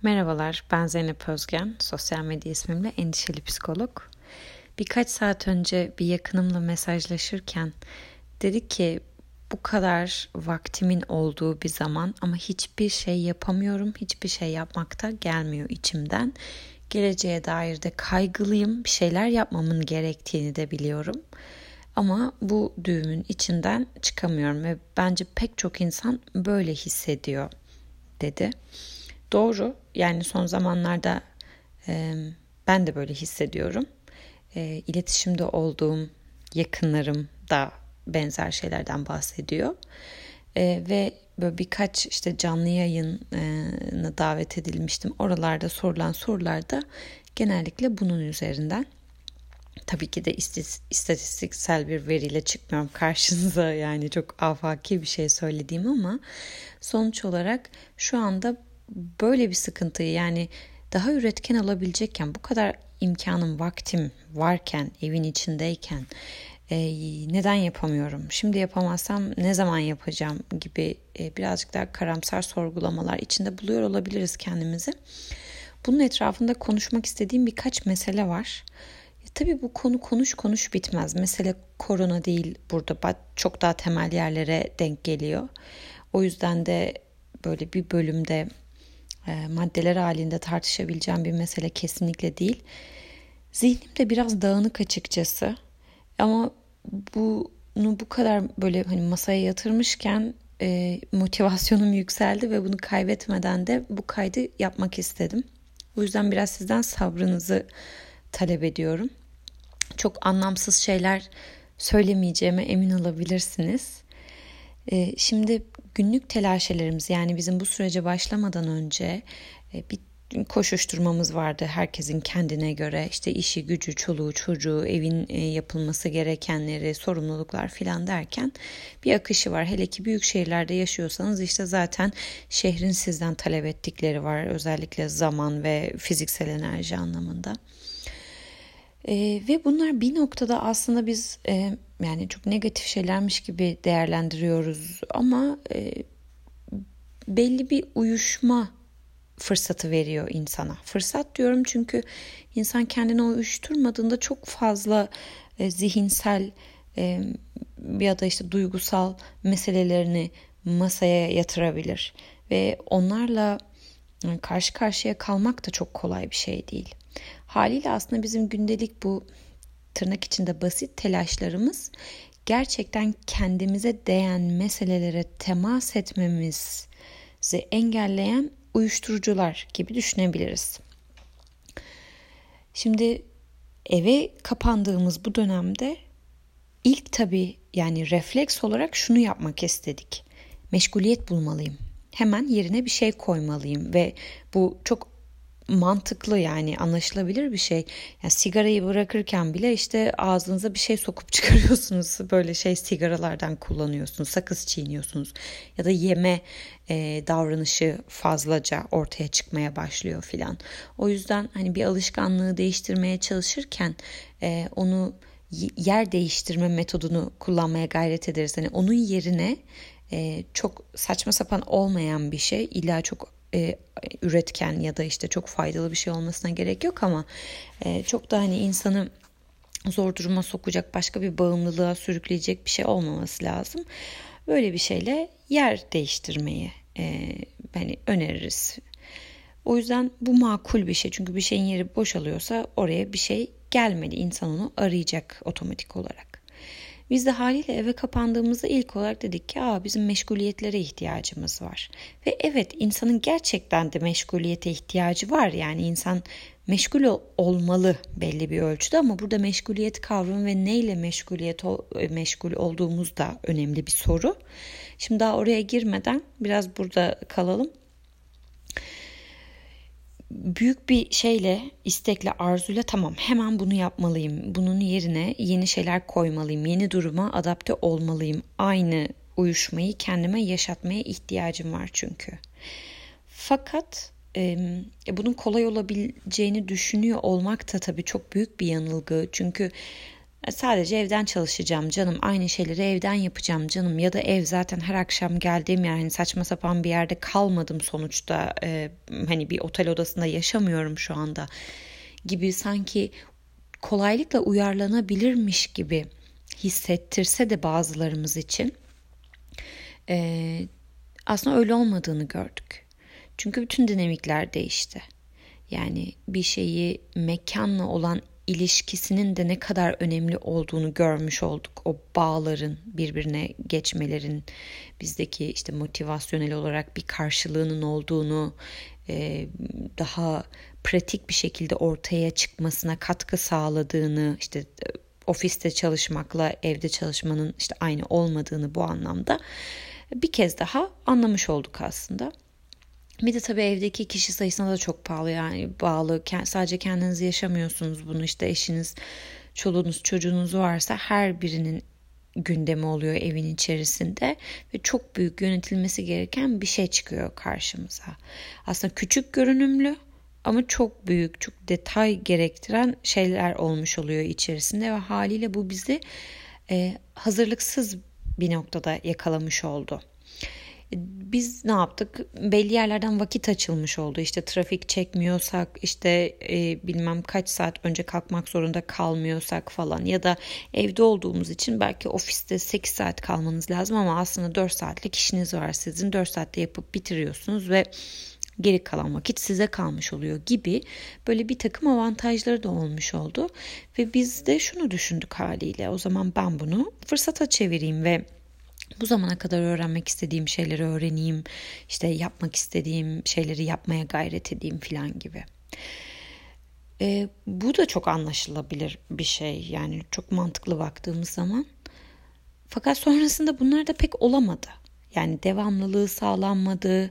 Merhabalar, ben Zeynep Özgen, sosyal medya ismimle endişeli psikolog. Birkaç saat önce bir yakınımla mesajlaşırken dedi ki bu kadar vaktimin olduğu bir zaman ama hiçbir şey yapamıyorum, hiçbir şey yapmakta gelmiyor içimden. Geleceğe dair de kaygılıyım, bir şeyler yapmamın gerektiğini de biliyorum. Ama bu düğümün içinden çıkamıyorum ve bence pek çok insan böyle hissediyor dedi. Doğru, yani son zamanlarda ben de böyle hissediyorum. İletişimde olduğum yakınlarım da benzer şeylerden bahsediyor. Ve böyle birkaç işte canlı yayına davet edilmiştim. Oralarda sorulan sorularda genellikle bunun üzerinden. Tabii ki de istatistiksel bir veriyle çıkmıyorum karşınıza, yani çok afaki bir şey söylediğim ama sonuç olarak şu anda böyle bir sıkıntıyı, yani daha üretken olabilecekken, bu kadar imkanım, vaktim varken, evin içindeyken neden yapamıyorum? Şimdi yapamazsam ne zaman yapacağım gibi birazcık daha karamsar sorgulamalar içinde buluyor olabiliriz kendimizi. Bunun etrafında konuşmak istediğim birkaç mesele var. Tabii bu konu konuş bitmez. Mesele korona değil burada. Çok daha temel yerlere denk geliyor. O yüzden de böyle bir bölümde maddeler halinde tartışabileceğim bir mesele kesinlikle değil. Zihnim de biraz dağınık açıkçası. Ama bunu bu kadar böyle hani masaya yatırmışken motivasyonum yükseldi ve bunu kaybetmeden de bu kaydı yapmak istedim. O yüzden biraz sizden sabrınızı talep ediyorum. Çok anlamsız şeyler söylemeyeceğime emin olabilirsiniz. Şimdi günlük telaşelerimiz, yani bizim bu sürece başlamadan önce bir koşuşturmamız vardı. Herkesin kendine göre işte işi, gücü, çoluğu, çocuğu, evin yapılması gerekenleri, sorumluluklar filan derken bir akışı var. Hele ki büyük şehirlerde yaşıyorsanız işte zaten şehrin sizden talep ettikleri var. Özellikle zaman ve fiziksel enerji anlamında. Ve bunlar bir noktada aslında biz yani çok negatif şeylermiş gibi değerlendiriyoruz ama belli bir uyuşma fırsatı veriyor insana. Fırsat diyorum çünkü insan kendini uyuşturmadığında çok fazla zihinsel ya da işte duygusal meselelerini masaya yatırabilir ve onlarla karşı karşıya kalmak da çok kolay bir şey değil. Haliyle aslında bizim gündelik bu tırnak içinde basit telaşlarımız gerçekten kendimize değen meselelere temas etmemizi engelleyen uyuşturucular gibi düşünebiliriz. Şimdi eve kapandığımız bu dönemde ilk tabii yani refleks olarak şunu yapmak istedik. Meşguliyet bulmalıyım. Hemen yerine bir şey koymalıyım ve bu çok mantıklı, yani anlaşılabilir bir şey. Yani sigarayı bırakırken bile işte ağzınıza bir şey sokup çıkarıyorsunuz. Böyle sigaralardan kullanıyorsunuz, sakız çiğniyorsunuz ya da yeme davranışı fazlaca ortaya çıkmaya başlıyor filan. O yüzden hani bir alışkanlığı değiştirmeye çalışırken onu yer değiştirme metodunu kullanmaya gayret ederiz. Hani onun yerine çok saçma sapan olmayan bir şey, illa çok üretken ya da işte çok faydalı bir şey olmasına gerek yok ama çok da hani insanı zor duruma sokacak, başka bir bağımlılığa sürükleyecek bir şey olmaması lazım. Böyle bir şeyle yer değiştirmeyi hani öneririz. O yüzden bu makul bir şey, çünkü bir şeyin yeri boşalıyorsa oraya bir şey gelmeli, insan onu arayacak otomatik olarak. Biz de haliyle eve kapandığımızda ilk olarak dedik ki bizim meşguliyetlere ihtiyacımız var. Ve evet, insanın gerçekten de meşguliyete ihtiyacı var. Yani insan meşgul olmalı belli bir ölçüde, ama burada meşguliyet kavramı ve neyle meşgul olduğumuz da önemli bir soru. Şimdi daha oraya girmeden biraz burada kalalım. Büyük bir şeyle, istekle, arzuyla tamam hemen bunu yapmalıyım. Bunun yerine yeni şeyler koymalıyım. Yeni duruma adapte olmalıyım. Aynı uyuşmayı kendime yaşatmaya ihtiyacım var çünkü. Fakat bunun kolay olabileceğini düşünüyor olmak da tabii çok büyük bir yanılgı. Çünkü sadece evden çalışacağım canım, aynı şeyleri evden yapacağım canım, ya da ev zaten her akşam geldiğim yer, hani saçma sapan bir yerde kalmadım sonuçta, hani bir otel odasında yaşamıyorum şu anda gibi, sanki kolaylıkla uyarlanabilirmiş gibi hissettirse de bazılarımız için aslında öyle olmadığını gördük. Çünkü bütün dinamikler değişti. Yani bir şeyi mekanla olan ilişkisinin de ne kadar önemli olduğunu görmüş olduk. O bağların, birbirine geçmelerin bizdeki işte motivasyonel olarak bir karşılığının olduğunu, daha pratik bir şekilde ortaya çıkmasına katkı sağladığını, işte ofiste çalışmakla evde çalışmanın işte aynı olmadığını bu anlamda bir kez daha anlamış olduk aslında. Bir de tabii evdeki kişi sayısına da çok bağlı. Sadece kendiniz yaşamıyorsunuz bunu. İşte eşiniz, çoluğunuz, çocuğunuz varsa her birinin gündemi oluyor evin içerisinde ve çok büyük yönetilmesi gereken bir şey çıkıyor karşımıza. Aslında küçük görünümlü ama çok büyük, çok detay gerektiren şeyler olmuş oluyor içerisinde ve haliyle bu bizi hazırlıksız bir noktada yakalamış oldu. Biz ne yaptık? Belli yerlerden vakit açılmış oldu. İşte trafik çekmiyorsak, işte bilmem kaç saat önce kalkmak zorunda kalmıyorsak falan, ya da evde olduğumuz için belki ofiste 8 saat kalmanız lazım ama aslında 4 saatlik işiniz var sizin. 4 saatte yapıp bitiriyorsunuz ve geri kalan vakit size kalmış oluyor gibi böyle bir takım avantajları da olmuş oldu. Ve biz de şunu düşündük haliyle, o zaman ben bunu fırsata çevireyim ve bu zamana kadar öğrenmek istediğim şeyleri öğreneyim, işte yapmak istediğim şeyleri yapmaya gayret edeyim falan gibi. Bu da çok anlaşılabilir bir şey, yani çok mantıklı baktığımız zaman. Fakat sonrasında bunlar da pek olamadı. Yani devamlılığı sağlanmadı.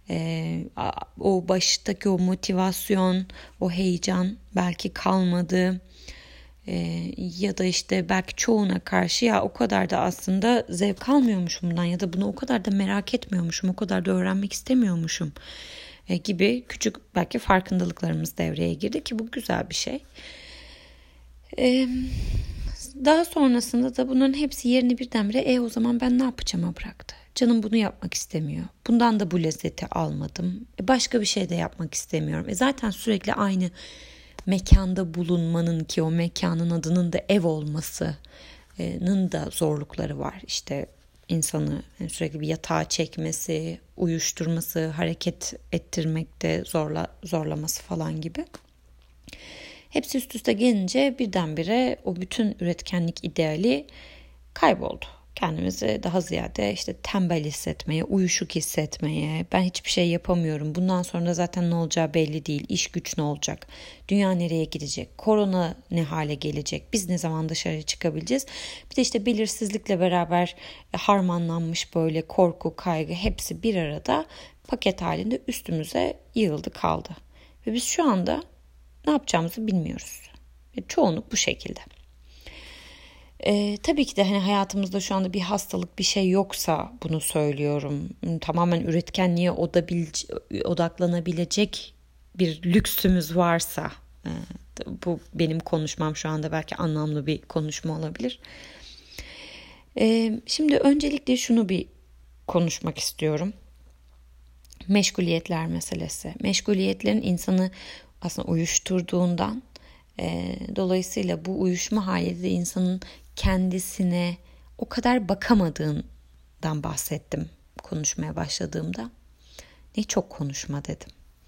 O baştaki o motivasyon, o heyecan belki kalmadı. Ya da işte belki çoğuna karşı ya o kadar da aslında zevk almıyormuşum bundan, ya da bunu o kadar da merak etmiyormuşum, o kadar da öğrenmek istemiyormuşum gibi küçük belki farkındalıklarımız devreye girdi ki bu güzel bir şey. Daha sonrasında da bunların hepsi yerini birdenbire o zaman ben ne yapacağıma bıraktı. Canım bunu yapmak istemiyor. Bundan da bu lezzeti almadım. Başka bir şey de yapmak istemiyorum. Zaten sürekli aynı mekanda bulunmanın, ki o mekanın adının da ev olmasının da zorlukları var. İşte insanı sürekli bir yatağa çekmesi, uyuşturması, hareket ettirmekte zorlaması falan gibi. Hepsi üst üste gelince birdenbire o bütün üretkenlik ideali kayboldu. Kendimizi daha ziyade işte tembel hissetmeye, uyuşuk hissetmeye, ben hiçbir şey yapamıyorum, bundan sonra zaten ne olacağı belli değil, iş güç ne olacak, dünya nereye gidecek, korona ne hale gelecek, biz ne zaman dışarı çıkabileceğiz, bir de işte belirsizlikle beraber harmanlanmış böyle korku, kaygı hepsi bir arada paket halinde üstümüze yığıldı kaldı. Ve biz şu anda ne yapacağımızı bilmiyoruz. Çoğunluk bu şekilde. Tabii ki de hani hayatımızda şu anda bir hastalık, bir şey yoksa bunu söylüyorum. Tamamen üretkenliğe odaklanabilecek bir lüksümüz varsa, bu benim konuşmam şu anda belki anlamlı bir konuşma olabilir. Şimdi öncelikle şunu bir konuşmak istiyorum. Meşguliyetler meselesi. Meşguliyetlerin insanı aslında uyuşturduğundan, dolayısıyla bu uyuşma hali de insanın kendisine o kadar bakamadığından bahsettim konuşmaya başladığımda. Ne çok konuşma dedim.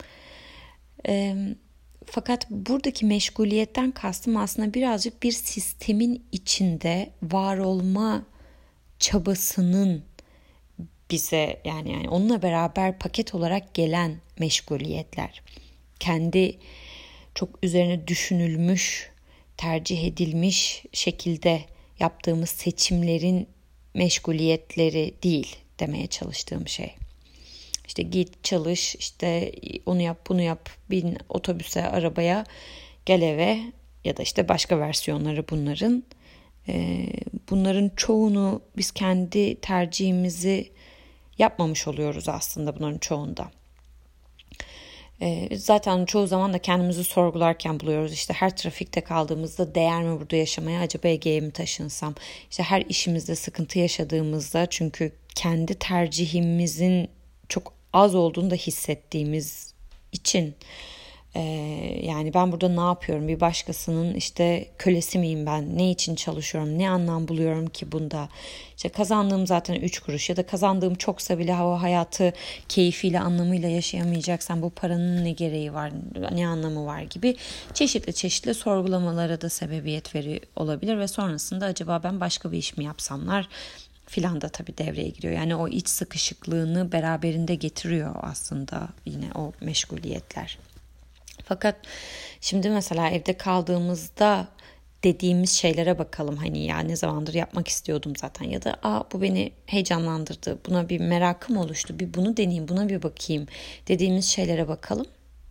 Fakat buradaki meşguliyetten kastım aslında birazcık bir sistemin içinde var olma çabasının bize yani onunla beraber paket olarak gelen meşguliyetler. Kendi çok üzerine düşünülmüş, tercih edilmiş şekilde yaptığımız seçimlerin meşguliyetleri değil demeye çalıştığım şey. İşte git çalış, işte onu yap, bunu yap, bin otobüse, arabaya, gel eve, ya da işte başka versiyonları bunların. Bunların çoğunu biz kendi tercihimizi yapmamış oluyoruz aslında bunların çoğunda. Zaten çoğu zaman da kendimizi sorgularken buluyoruz. İşte her trafikte kaldığımızda değer mi burada yaşamaya, acaba Ege'ye mi taşınsam? İşte her işimizde sıkıntı yaşadığımızda, çünkü kendi tercihimizin çok az olduğunu da hissettiğimiz için yani ben burada ne yapıyorum? Bir başkasının işte kölesi miyim ben? Ne için çalışıyorum? Ne anlam buluyorum ki bunda? İşte kazandığım zaten 3 kuruş ya da kazandığım çoksa bile o hayatı keyfiyle, anlamıyla yaşayamayacaksam bu paranın ne gereği var? Ne anlamı var gibi çeşitli sorgulamalara da sebebiyet veriyor olabilir ve sonrasında acaba ben başka bir iş mi yapsamlar filan da tabii devreye giriyor. Yani o iç sıkışıklığını beraberinde getiriyor aslında yine o meşguliyetler. Fakat şimdi mesela evde kaldığımızda dediğimiz şeylere bakalım. Hani ya ne zamandır yapmak istiyordum zaten ya da bu beni heyecanlandırdı. Buna bir merakım oluştu. Bir bunu deneyeyim, buna bir bakayım dediğimiz şeylere bakalım.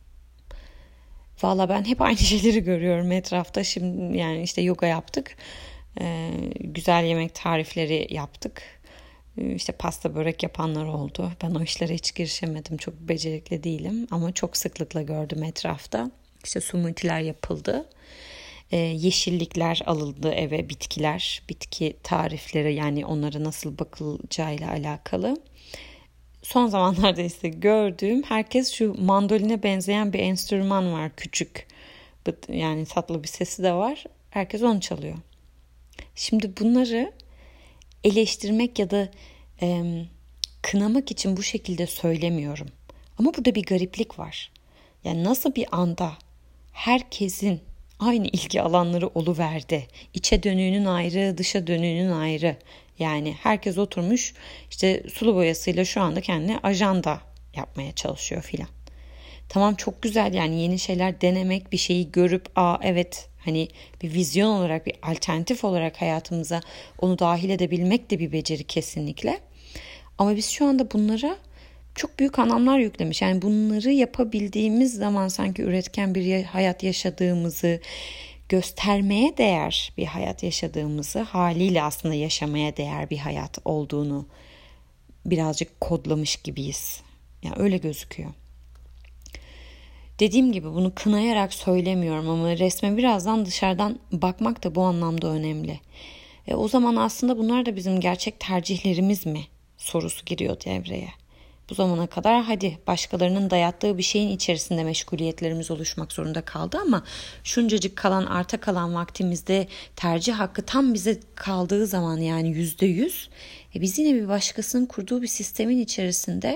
Valla ben hep aynı şeyleri görüyorum etrafta. Şimdi yani işte yoga yaptık. Güzel yemek tarifleri yaptık. İşte pasta börek yapanlar oldu. Ben o işlere hiç girişemedim. Çok becerikli değilim ama çok sıklıkla gördüm etrafta. İşte smoothie'ler yapıldı. Yeşillikler alındı eve, bitki tarifleri, yani onlara nasıl bakılacağıyla alakalı. Son zamanlarda ise gördüğüm, herkes şu mandoline benzeyen bir enstrüman var, küçük. Yani tatlı bir sesi de var. Herkes onu çalıyor. Şimdi bunları eleştirmek ya da kınamak için bu şekilde söylemiyorum. Ama burada bir gariplik var. Yani nasıl bir anda herkesin aynı ilgi alanları oluverdi. İçe dönüğünün ayrı, dışa dönüğünün ayrı. Yani herkes oturmuş işte sulu boyasıyla şu anda kendine ajanda yapmaya çalışıyor filan. Tamam, çok güzel yani yeni şeyler denemek, bir şeyi görüp evet hani bir vizyon olarak, bir alternatif olarak hayatımıza onu dahil edebilmek de bir beceri kesinlikle. Ama biz şu anda bunlara çok büyük anlamlar yüklemiş. Yani bunları yapabildiğimiz zaman sanki üretken bir hayat yaşadığımızı, göstermeye değer bir hayat yaşadığımızı, haliyle aslında yaşamaya değer bir hayat olduğunu birazcık kodlamış gibiyiz. Yani öyle gözüküyor. Dediğim gibi bunu kınayarak söylemiyorum ama resme birazdan dışarıdan bakmak da bu anlamda önemli. O zaman aslında bunlar da bizim gerçek tercihlerimiz mi sorusu giriyor devreye. Bu zamana kadar hadi başkalarının dayattığı bir şeyin içerisinde meşguliyetlerimiz oluşmak zorunda kaldı ama şuncacık kalan, arta kalan vaktimizde tercih hakkı tam bize kaldığı zaman, yani %100 biz yine bir başkasının kurduğu bir sistemin içerisinde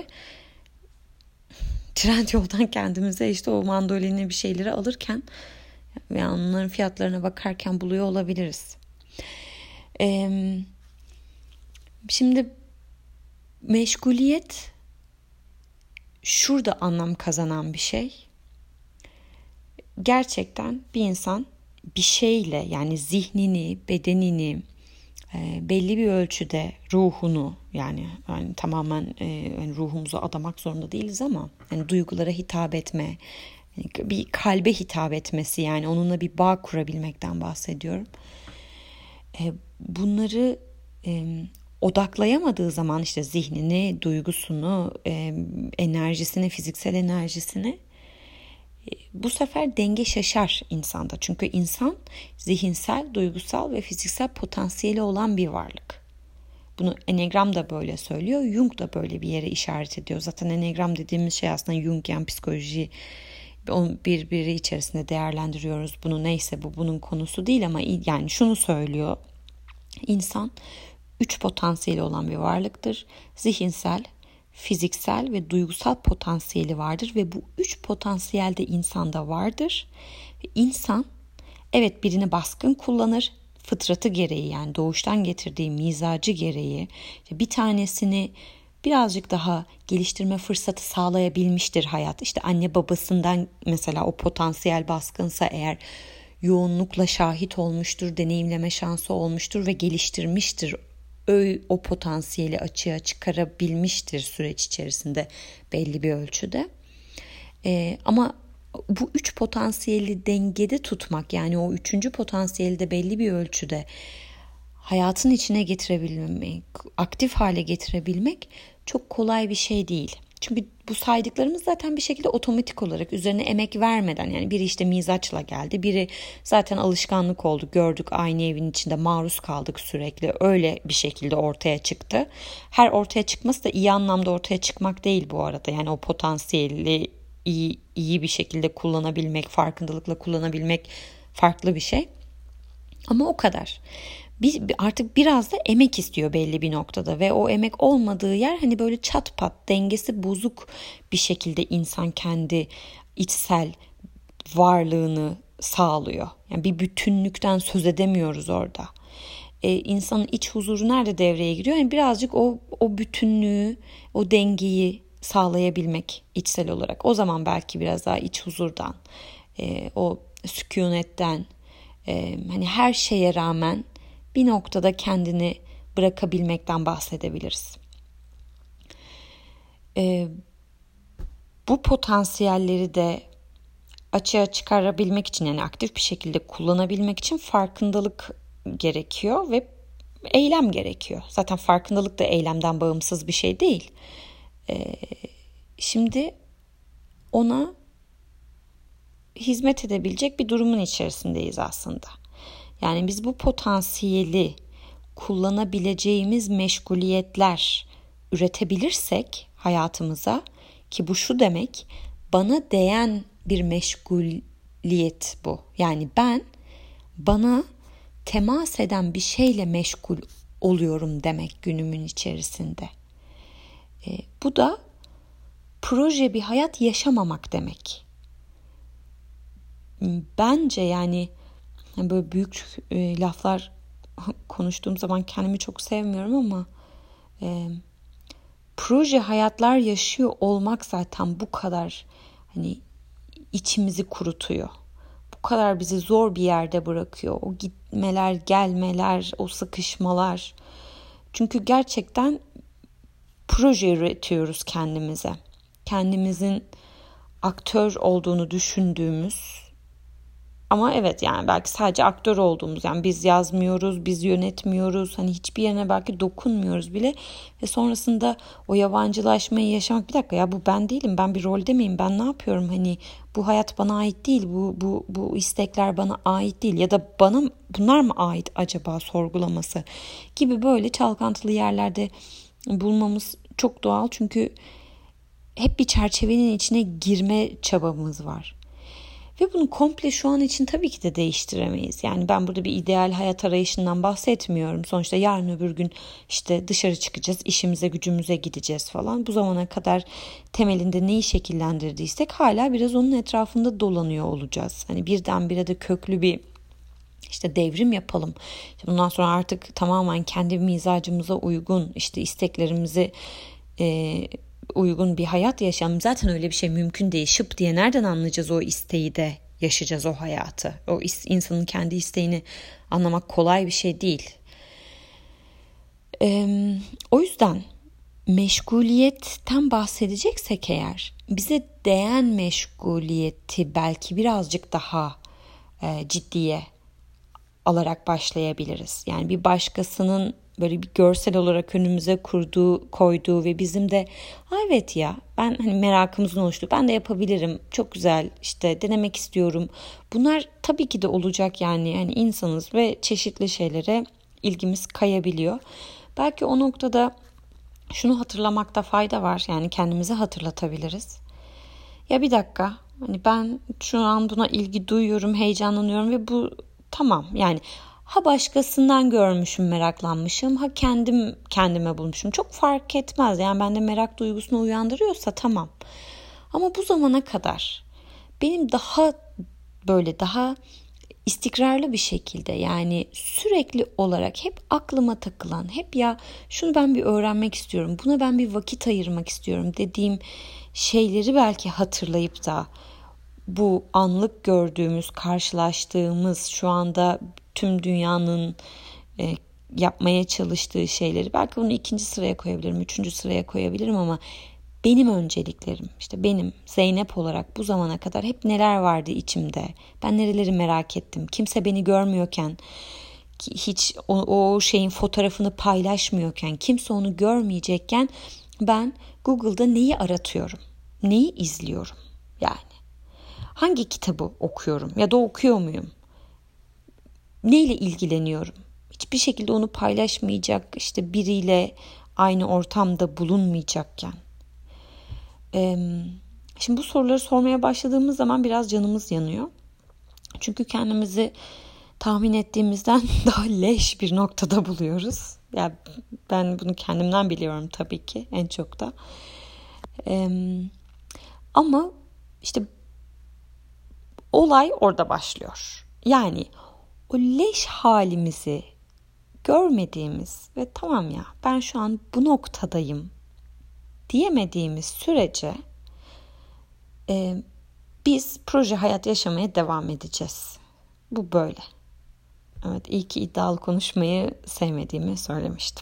Trendyol'dan kendimize işte o mandolinli bir şeyleri alırken ve onların fiyatlarına bakarken buluyor olabiliriz. Şimdi meşguliyet şurada anlam kazanan bir şey. Gerçekten bir insan bir şeyle, yani zihnini, bedenini, belli bir ölçüde ruhunu, yani tamamen yani ruhumuzu adamak zorunda değiliz ama yani duygulara hitap etme, bir kalbe hitap etmesi, yani onunla bir bağ kurabilmekten bahsediyorum. Bunları odaklayamadığı zaman işte zihnini, duygusunu, enerjisini, fiziksel enerjisini, bu sefer denge şaşar insanda. Çünkü insan zihinsel, duygusal ve fiziksel potansiyeli olan bir varlık. Bunu Enneagram da böyle söylüyor. Jung da böyle bir yere işaret ediyor. Zaten Enneagram dediğimiz şey aslında Jungian psikoloji, birbiri içerisinde değerlendiriyoruz. Bunu neyse, bu bunun konusu değil ama yani şunu söylüyor. İnsan 3 potansiyeli olan bir varlıktır. Zihinsel, fiziksel ve duygusal potansiyeli vardır ve bu 3 potansiyel de insanda vardır. İnsan evet birini baskın kullanır, fıtratı gereği, yani doğuştan getirdiği mizacı gereği bir tanesini birazcık daha geliştirme fırsatı sağlayabilmiştir hayat. İşte anne babasından mesela o potansiyel baskınsa eğer yoğunlukla şahit olmuştur, deneyimleme şansı olmuştur ve geliştirmiştir. O potansiyeli açığa çıkarabilmiştir süreç içerisinde belli bir ölçüde. Ama bu 3 potansiyeli dengede tutmak, yani o 3. potansiyeli de belli bir ölçüde hayatın içine getirebilmek, aktif hale getirebilmek çok kolay bir şey değil. Çünkü bu saydıklarımız zaten bir şekilde otomatik olarak üzerine emek vermeden, yani biri işte mizaçla geldi, biri zaten alışkanlık oldu, gördük aynı evin içinde maruz kaldık sürekli, öyle bir şekilde ortaya çıktı. Her ortaya çıkması da iyi anlamda ortaya çıkmak değil bu arada, yani o potansiyeli iyi bir şekilde kullanabilmek, farkındalıkla kullanabilmek farklı bir şey. Ama o kadar. Artık biraz da emek istiyor belli bir noktada ve o emek olmadığı yer hani böyle çat pat, dengesi bozuk bir şekilde insan kendi içsel varlığını sağlıyor. Yani bir bütünlükten söz edemiyoruz orada. İnsanın iç huzuru nerede devreye giriyor? Yani birazcık o bütünlüğü, o dengeyi sağlayabilmek içsel olarak. O zaman belki biraz daha iç huzurdan, o sükunetten, hani her şeye rağmen bir noktada kendini bırakabilmekten bahsedebiliriz. Bu potansiyelleri de açığa çıkarabilmek için, yani aktif bir şekilde kullanabilmek için farkındalık gerekiyor ve eylem gerekiyor. Zaten farkındalık da eylemden bağımsız bir şey değil. Şimdi ona hizmet edebilecek bir durumun içerisindeyiz aslında. Yani biz bu potansiyeli kullanabileceğimiz meşguliyetler üretebilirsek hayatımıza, ki bu şu demek, bana değen bir meşguliyet bu. Yani ben bana temas eden bir şeyle meşgul oluyorum demek günümün içerisinde. Bu da proje bir hayat yaşamamak demek. Bence yani böyle büyük laflar konuştuğum zaman kendimi çok sevmiyorum ama proje hayatlar yaşıyor olmak zaten bu kadar hani içimizi kurutuyor. Bu kadar bizi zor bir yerde bırakıyor. O gitmeler, gelmeler, o sıkışmalar. Çünkü gerçekten proje üretiyoruz kendimize. Kendimizin aktör olduğunu düşündüğümüz, ama evet yani belki sadece aktör olduğumuz, yani biz yazmıyoruz, biz yönetmiyoruz, hani hiçbir yerine belki dokunmuyoruz bile ve sonrasında o yabancılaşmayı yaşamak, bir dakika ya bu ben değilim, ben bir rolde miyim, ben ne yapıyorum, hani bu hayat bana ait değil, bu istekler bana ait değil ya da bana bunlar mı ait acaba sorgulaması gibi böyle çalkantılı yerlerde bulmamız çok doğal, çünkü hep bir çerçevenin içine girme çabamız var. Ve bunu komple şu an için tabii ki de değiştiremeyiz. Yani ben burada bir ideal hayat arayışından bahsetmiyorum. Sonuçta yarın öbür gün işte dışarı çıkacağız, işimize gücümüze gideceğiz falan. Bu zamana kadar temelinde neyi şekillendirdiysek hala biraz onun etrafında dolanıyor olacağız. Hani birdenbire de köklü bir işte devrim yapalım. Bundan sonra artık tamamen kendi mizacımıza uygun, işte isteklerimizi uygun bir hayat yaşayalım. Zaten öyle bir şey mümkün değil. Şıp diye nereden anlayacağız o isteği de yaşayacağız o hayatı. O insanın kendi isteğini anlamak kolay bir şey değil. O yüzden meşguliyetten bahsedeceksek eğer, bize değen meşguliyeti belki birazcık daha ciddiye alarak başlayabiliriz. Yani bir başkasının böyle bir görsel olarak önümüze koyduğu ve bizim de evet ya ben hani merakımızın oluştu, ben de yapabilirim, çok güzel, işte denemek istiyorum. Bunlar tabii ki de olacak, yani insanız ve çeşitli şeylere ilgimiz kayabiliyor. Belki o noktada şunu hatırlamakta fayda var, yani kendimize hatırlatabiliriz. Ya bir dakika, hani ben şu an buna ilgi duyuyorum, heyecanlanıyorum ve bu tamam, yani ha başkasından görmüşüm, meraklanmışım, ha kendime bulmuşum. Çok fark etmez. Yani bende merak duygusunu uyandırıyorsa tamam. Ama bu zamana kadar benim daha istikrarlı bir şekilde, yani sürekli olarak hep aklıma takılan, hep ya şunu ben bir öğrenmek istiyorum, buna ben bir vakit ayırmak istiyorum dediğim şeyleri belki hatırlayıp da bu anlık gördüğümüz, karşılaştığımız, şu anda tüm dünyanın yapmaya çalıştığı şeyleri belki bunu 2. sıraya koyabilirim, 3. sıraya koyabilirim, ama benim önceliklerim, işte benim Zeynep olarak bu zamana kadar hep neler vardı içimde, ben nereleri merak ettim, kimse beni görmüyorken, hiç o şeyin fotoğrafını paylaşmıyorken, kimse onu görmeyecekken ben Google'da neyi aratıyorum? neyi izliyorum? Yani hangi kitabı okuyorum ya da okuyor muyum? Neyle ilgileniyorum? Hiçbir şekilde onu paylaşmayacak, işte biriyle aynı ortamda bulunmayacakken. Şimdi bu soruları sormaya başladığımız zaman biraz canımız yanıyor. Çünkü kendimizi tahmin ettiğimizden daha leş bir noktada buluyoruz. Yani ben bunu kendimden biliyorum tabii ki en çok da. Ama işte olay orada başlıyor. Yani o leş halimizi görmediğimiz ve tamam ya ben şu an bu noktadayım diyemediğimiz sürece biz proje hayat yaşamaya devam edeceğiz. Bu böyle. Evet, iyi ki iddialı konuşmayı sevmediğimi söylemiştim.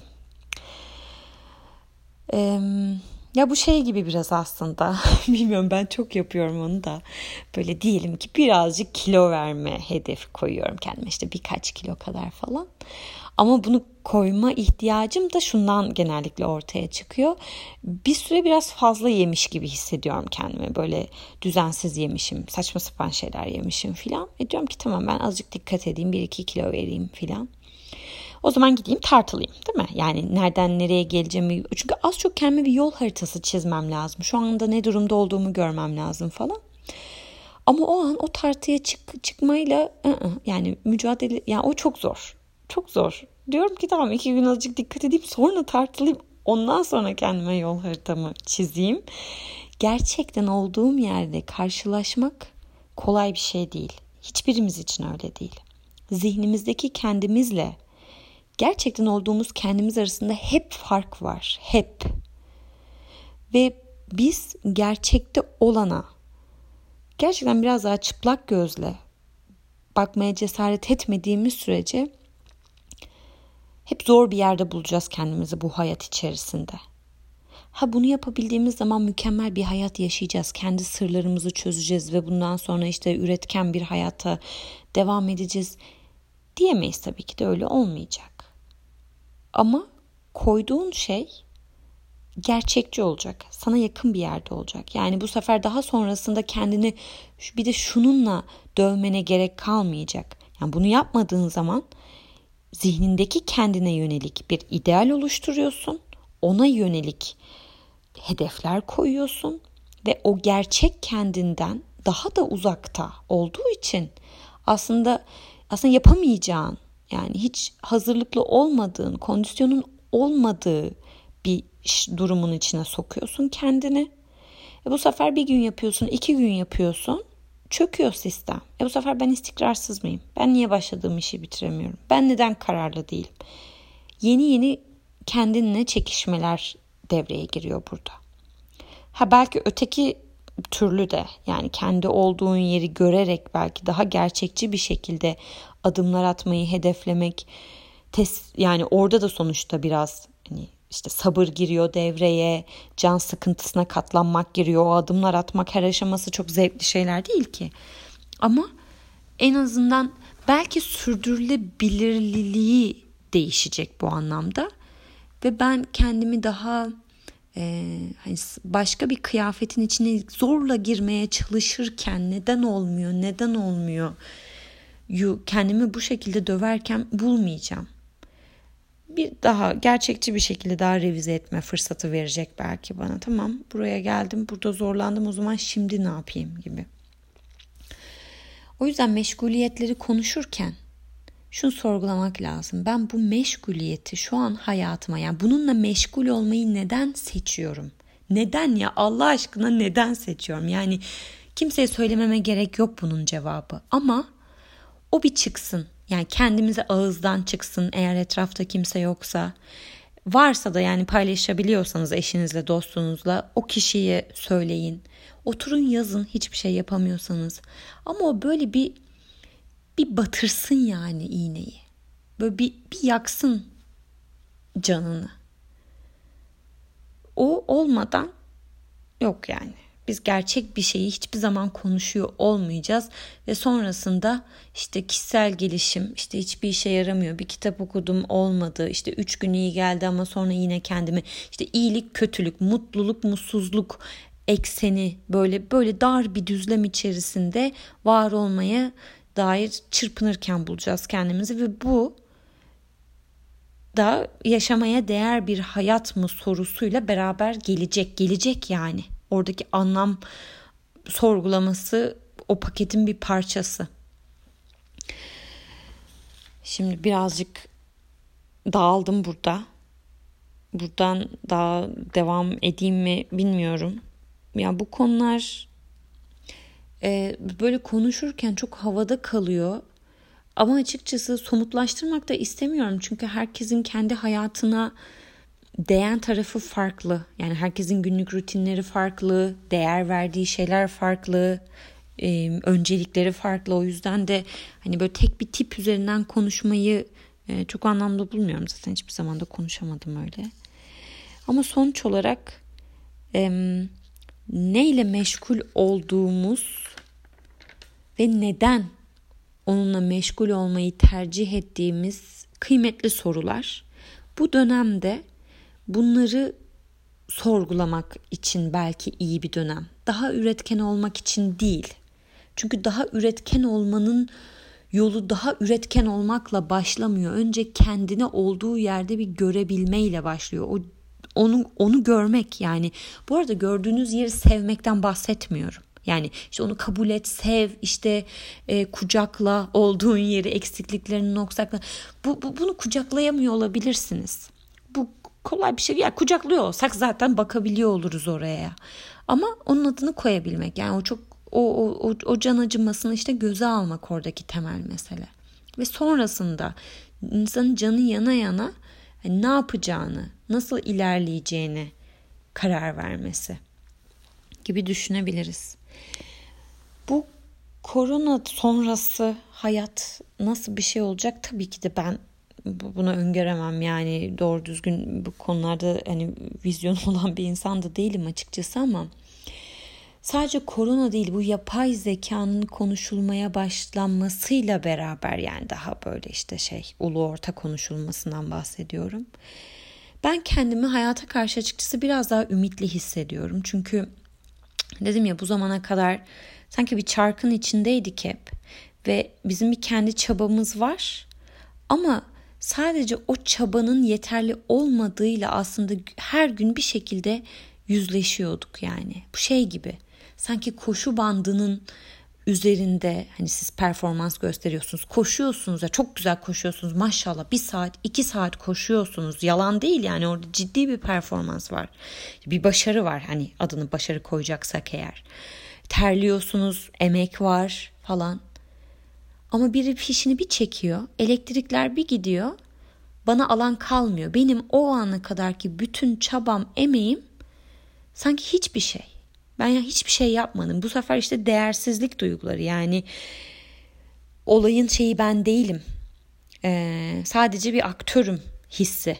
Ya bu şey gibi biraz aslında. Bilmiyorum, ben çok yapıyorum onu da. Böyle diyelim ki birazcık kilo verme hedefi koyuyorum kendime. İşte birkaç kilo kadar falan. Ama bunu koyma ihtiyacım da şundan genellikle ortaya çıkıyor. Bir süre biraz fazla yemiş gibi hissediyorum kendimi. Böyle düzensiz yemişim, saçma sapan şeyler yemişim filan. Ve diyorum ki tamam, ben azıcık dikkat edeyim, 1-2 kilo vereyim filan. O zaman gideyim tartılayım, değil mi? Yani nereden nereye geleceğimi. Çünkü az çok kendime bir yol haritası çizmem lazım. Şu anda ne durumda olduğumu görmem lazım falan. Ama o an o tartıya çıkmayla yani mücadele, yani o çok zor. Çok zor. Diyorum ki tamam, 2 gün azıcık dikkat edeyim, sonra tartılayım. Ondan sonra kendime yol haritamı çizeyim. Gerçekten olduğum yerde karşılaşmak kolay bir şey değil. Hiçbirimiz için öyle değil. Zihnimizdeki kendimizle gerçekten olduğumuz kendimiz arasında hep fark var. Hep. Ve biz gerçekte olana gerçekten biraz daha çıplak gözle bakmaya cesaret etmediğimiz sürece hep zor bir yerde bulacağız kendimizi bu hayat içerisinde. Bunu yapabildiğimiz zaman mükemmel bir hayat yaşayacağız. Kendi sırlarımızı çözeceğiz ve bundan sonra işte üretken bir hayata devam edeceğiz diyemeyiz, tabii ki de öyle olmayacak. Ama koyduğun şey gerçekçi olacak. Sana yakın bir yerde olacak. Yani bu sefer daha sonrasında kendini bir de şununla dövmene gerek kalmayacak. Yani bunu yapmadığın zaman zihnindeki kendine yönelik bir ideal oluşturuyorsun. Ona yönelik hedefler koyuyorsun ve o gerçek kendinden daha da uzakta olduğu için aslında yapamayacağın, yani hiç hazırlıklı olmadığın, kondisyonun olmadığı bir durumun içine sokuyorsun kendini. Bu sefer bir gün yapıyorsun, 2 gün yapıyorsun, çöküyor sistem. Bu sefer ben istikrarsız mıyım? Ben niye başladığım işi bitiremiyorum? Ben neden kararlı değilim? Yeni kendinle çekişmeler devreye giriyor burada. Belki öteki türlü de, yani kendi olduğun yeri görerek belki daha gerçekçi bir şekilde adımlar atmayı hedeflemek, yani orada da sonuçta biraz işte sabır giriyor devreye, can sıkıntısına katlanmak giriyor. O adımlar atmak her aşaması çok zevkli şeyler değil ki. Ama en azından belki sürdürülebilirliği değişecek bu anlamda. Ve ben kendimi daha başka bir kıyafetin içine zorla girmeye çalışırken neden olmuyor kendimi bu şekilde döverken bulmayacağım. Bir daha gerçekçi bir şekilde daha revize etme fırsatı verecek belki bana. Tamam, buraya geldim, burada zorlandım, o zaman şimdi ne yapayım gibi. O yüzden meşguliyetleri konuşurken şunu sorgulamak lazım. Ben bu meşguliyeti şu an hayatıma, yani bununla meşgul olmayı neden seçiyorum? Neden ya, Allah aşkına neden seçiyorum? Yani kimseye söylememe gerek yok bunun cevabı. Ama o bir çıksın. Yani kendimize ağızdan çıksın eğer etrafta kimse yoksa. Varsa da yani paylaşabiliyorsanız eşinizle, dostunuzla o kişiye söyleyin. Oturun yazın hiçbir şey yapamıyorsanız. Ama o böyle bir batırsın yani iğneyi. Böyle bir yaksın canını. O olmadan yok yani. Biz gerçek bir şeyi hiçbir zaman konuşuyor olmayacağız ve sonrasında işte kişisel gelişim, işte hiçbir işe yaramıyor. Bir kitap okudum, olmadı. İşte 3 gün iyi geldi ama sonra yine kendimi, işte iyilik, kötülük, mutluluk, mutsuzluk ekseni böyle dar bir düzlem içerisinde var olmaya dair çırpınırken bulacağız kendimizi ve bu da yaşamaya değer bir hayat mı sorusuyla beraber gelecek yani. Oradaki anlam sorgulaması o paketin bir parçası. Şimdi birazcık dağıldım burada. Buradan daha devam edeyim mi bilmiyorum. Ya bu konular böyle konuşurken çok havada kalıyor. Ama açıkçası somutlaştırmak da istemiyorum. Çünkü herkesin kendi hayatına değen tarafı farklı. Yani herkesin günlük rutinleri farklı, değer verdiği şeyler farklı, öncelikleri farklı. O yüzden de hani böyle tek bir tip üzerinden konuşmayı çok anlamlı bulmuyorum. Zaten hiçbir zaman da konuşamadım öyle. Ama sonuç olarak neyle meşgul olduğumuz ve neden onunla meşgul olmayı tercih ettiğimiz kıymetli sorular. Bu dönemde bunları sorgulamak için belki iyi bir dönem. Daha üretken olmak için değil. Çünkü daha üretken olmanın yolu daha üretken olmakla başlamıyor. Önce kendini olduğu yerde bir görebilmeyle başlıyor. Onu görmek yani. Bu arada gördüğünüz yeri sevmekten bahsetmiyorum. Yani işte onu kabul et, sev, işte kucakla olduğun yeri, eksikliklerini noksakla. Bunu kucaklayamıyor olabilirsiniz. Bu kolay bir şey. Yani kucaklıyor olsak zaten bakabiliyor oluruz oraya. Ama onun adını koyabilmek. Yani o can acımasını işte göze almak oradaki temel mesele. Ve sonrasında insanın canı yana yana yani ne yapacağını, nasıl ilerleyeceğini karar vermesi gibi düşünebiliriz. Bu korona sonrası hayat nasıl bir şey olacak? Tabii ki de ben bunu öngöremem. Yani doğru düzgün bu konularda hani vizyon olan bir insan da değilim açıkçası ama sadece korona değil, bu yapay zekanın konuşulmaya başlanmasıyla beraber yani daha böyle işte ulu orta konuşulmasından bahsediyorum. Ben kendimi hayata karşı açıkçası biraz daha ümitli hissediyorum. Çünkü dedim ya bu zamana kadar sanki bir çarkın içindeydik hep ve bizim bir kendi çabamız var ama sadece o çabanın yeterli olmadığıyla aslında her gün bir şekilde yüzleşiyorduk yani. Bu şey gibi sanki koşu bandının üzerinde hani siz performans gösteriyorsunuz, koşuyorsunuz ya çok güzel koşuyorsunuz maşallah 1 saat 2 saat koşuyorsunuz yalan değil yani orada ciddi bir performans var bir başarı var hani adını başarı koyacaksak eğer terliyorsunuz emek var falan ama biri fişini bir çekiyor elektrikler bir gidiyor bana alan kalmıyor benim o ana kadarki bütün çabam emeğim sanki hiçbir şey. Ben ya hiçbir şey yapmadım. Bu sefer işte değersizlik duyguları yani olayın şeyi ben değilim. Sadece bir aktörüm hissi.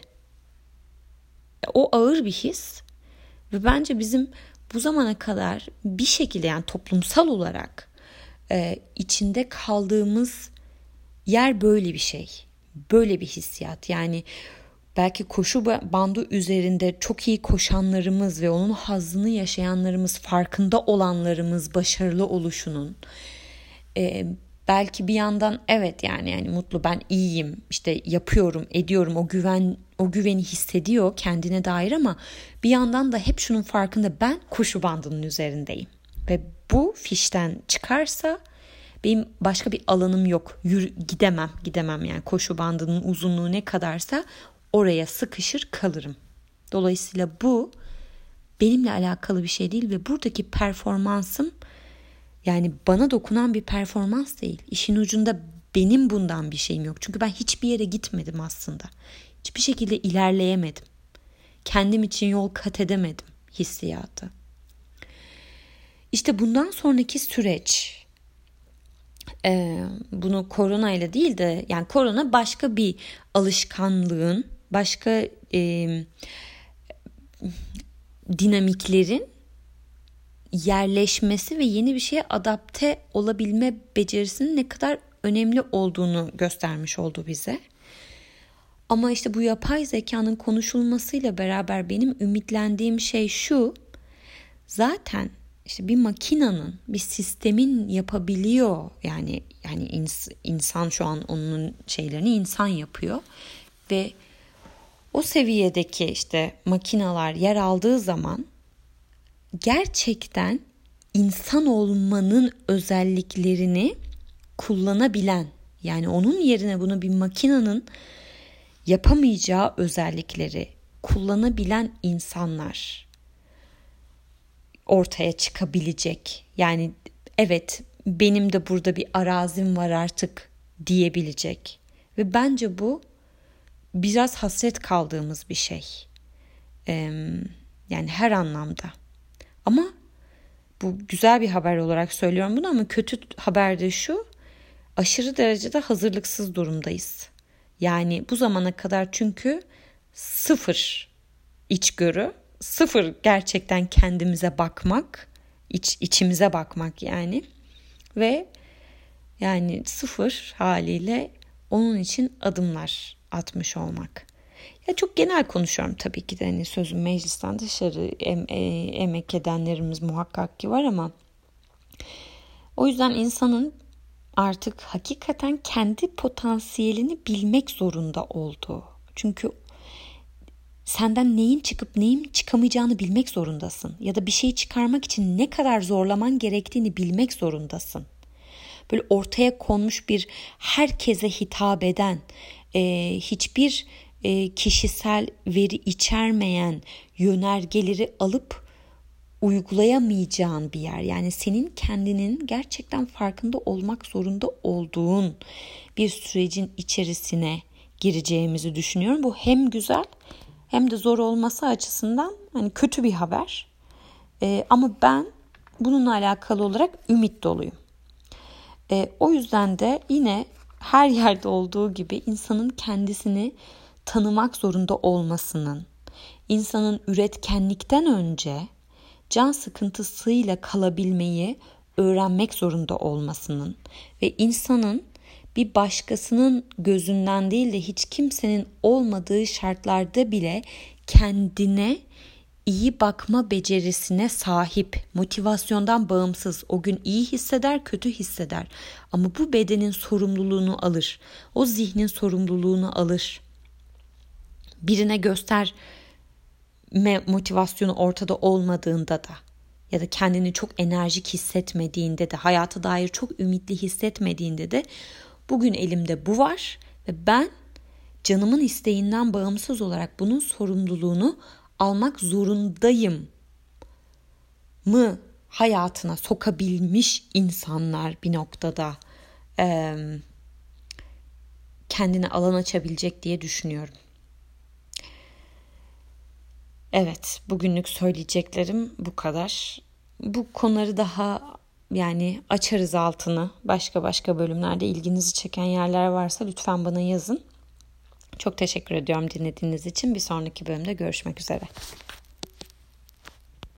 O ağır bir his ve bence bizim bu zamana kadar bir şekilde yani toplumsal olarak içinde kaldığımız yer böyle bir şey. Böyle bir hissiyat yani belki koşu bandı üzerinde çok iyi koşanlarımız ve onun hazzını yaşayanlarımız, farkında olanlarımız başarılı oluşunun belki bir yandan evet yani mutlu ben iyiyim işte yapıyorum ediyorum o güveni hissediyor kendine dair ama bir yandan da hep şunun farkında ben koşu bandının üzerindeyim ve bu fişten çıkarsa benim başka bir alanım yok gidemem yani koşu bandının uzunluğu ne kadarsa oraya sıkışır kalırım. Dolayısıyla bu benimle alakalı bir şey değil ve buradaki performansım yani bana dokunan bir performans değil. İşin ucunda benim bundan bir şeyim yok. Çünkü ben hiçbir yere gitmedim aslında. Hiçbir şekilde ilerleyemedim. Kendim için yol kat edemedim hissiyatı. İşte bundan sonraki süreç bunu korona ile değil de yani korona başka bir alışkanlığın başka dinamiklerin yerleşmesi ve yeni bir şeye adapte olabilme becerisinin ne kadar önemli olduğunu göstermiş oldu bize. Ama işte bu yapay zekanın konuşulmasıyla beraber benim ümitlendiğim şey şu. zaten işte bir makinenin, bir sistemin yapabiliyor. Yani insan şu an onun şeylerini insan yapıyor ve o seviyedeki işte makineler yer aldığı zaman gerçekten insan olmanın özelliklerini kullanabilen, yani onun yerine bunu bir makinenin yapamayacağı özellikleri kullanabilen insanlar ortaya çıkabilecek. Yani evet, benim de burada bir arazim var artık diyebilecek. Ve bence bu biraz hasret kaldığımız bir şey. Yani her anlamda. Ama bu güzel bir haber olarak söylüyorum bunu, ama kötü haber de şu: aşırı derecede hazırlıksız durumdayız. Yani bu zamana kadar çünkü sıfır içgörü, sıfır gerçekten kendimize bakmak, içimize bakmak yani. Ve yani sıfır haliyle onun için adımlar atmış olmak. Ya çok genel konuşuyorum tabii ki de, hani sözüm meclisten dışarı, emek edenlerimiz muhakkak ki var, ama o yüzden insanın artık hakikaten kendi potansiyelini bilmek zorunda olduğu. Çünkü senden neyin çıkıp neyin çıkamayacağını bilmek zorundasın. Ya da bir şeyi çıkarmak için ne kadar zorlaman gerektiğini bilmek zorundasın. Böyle ortaya konmuş bir, herkese hitap eden, hiçbir kişisel veri içermeyen yönergeleri alıp uygulayamayacağın bir yer. Yani senin kendinin gerçekten farkında olmak zorunda olduğun bir sürecin içerisine gireceğimizi düşünüyorum. Bu hem güzel hem de zor olması açısından hani kötü bir haber. Ama ben bununla alakalı olarak ümit doluyum. O yüzden de yine her yerde olduğu gibi insanın kendisini tanımak zorunda olmasının, insanın üretkenlikten önce can sıkıntısıyla kalabilmeyi öğrenmek zorunda olmasının ve insanın bir başkasının gözünden değil de hiç kimsenin olmadığı şartlarda bile kendine iyi bakma becerisine sahip, motivasyondan bağımsız, o gün iyi hisseder, kötü hisseder. Ama bu bedenin sorumluluğunu alır, o zihnin sorumluluğunu alır. Birine gösterme motivasyonu ortada olmadığında da ya da kendini çok enerjik hissetmediğinde de, hayata dair çok ümitli hissetmediğinde de bugün elimde bu var ve ben canımın isteğinden bağımsız olarak bunun sorumluluğunu almak zorundayım mı hayatına sokabilmiş insanlar bir noktada kendine alan açabilecek diye düşünüyorum. Evet, bugünlük söyleyeceklerim bu kadar. Bu konuları daha yani açarız altını. Başka bölümlerde ilginizi çeken yerler varsa lütfen bana yazın. Çok teşekkür ediyorum dinlediğiniz için. Bir sonraki bölümde görüşmek üzere.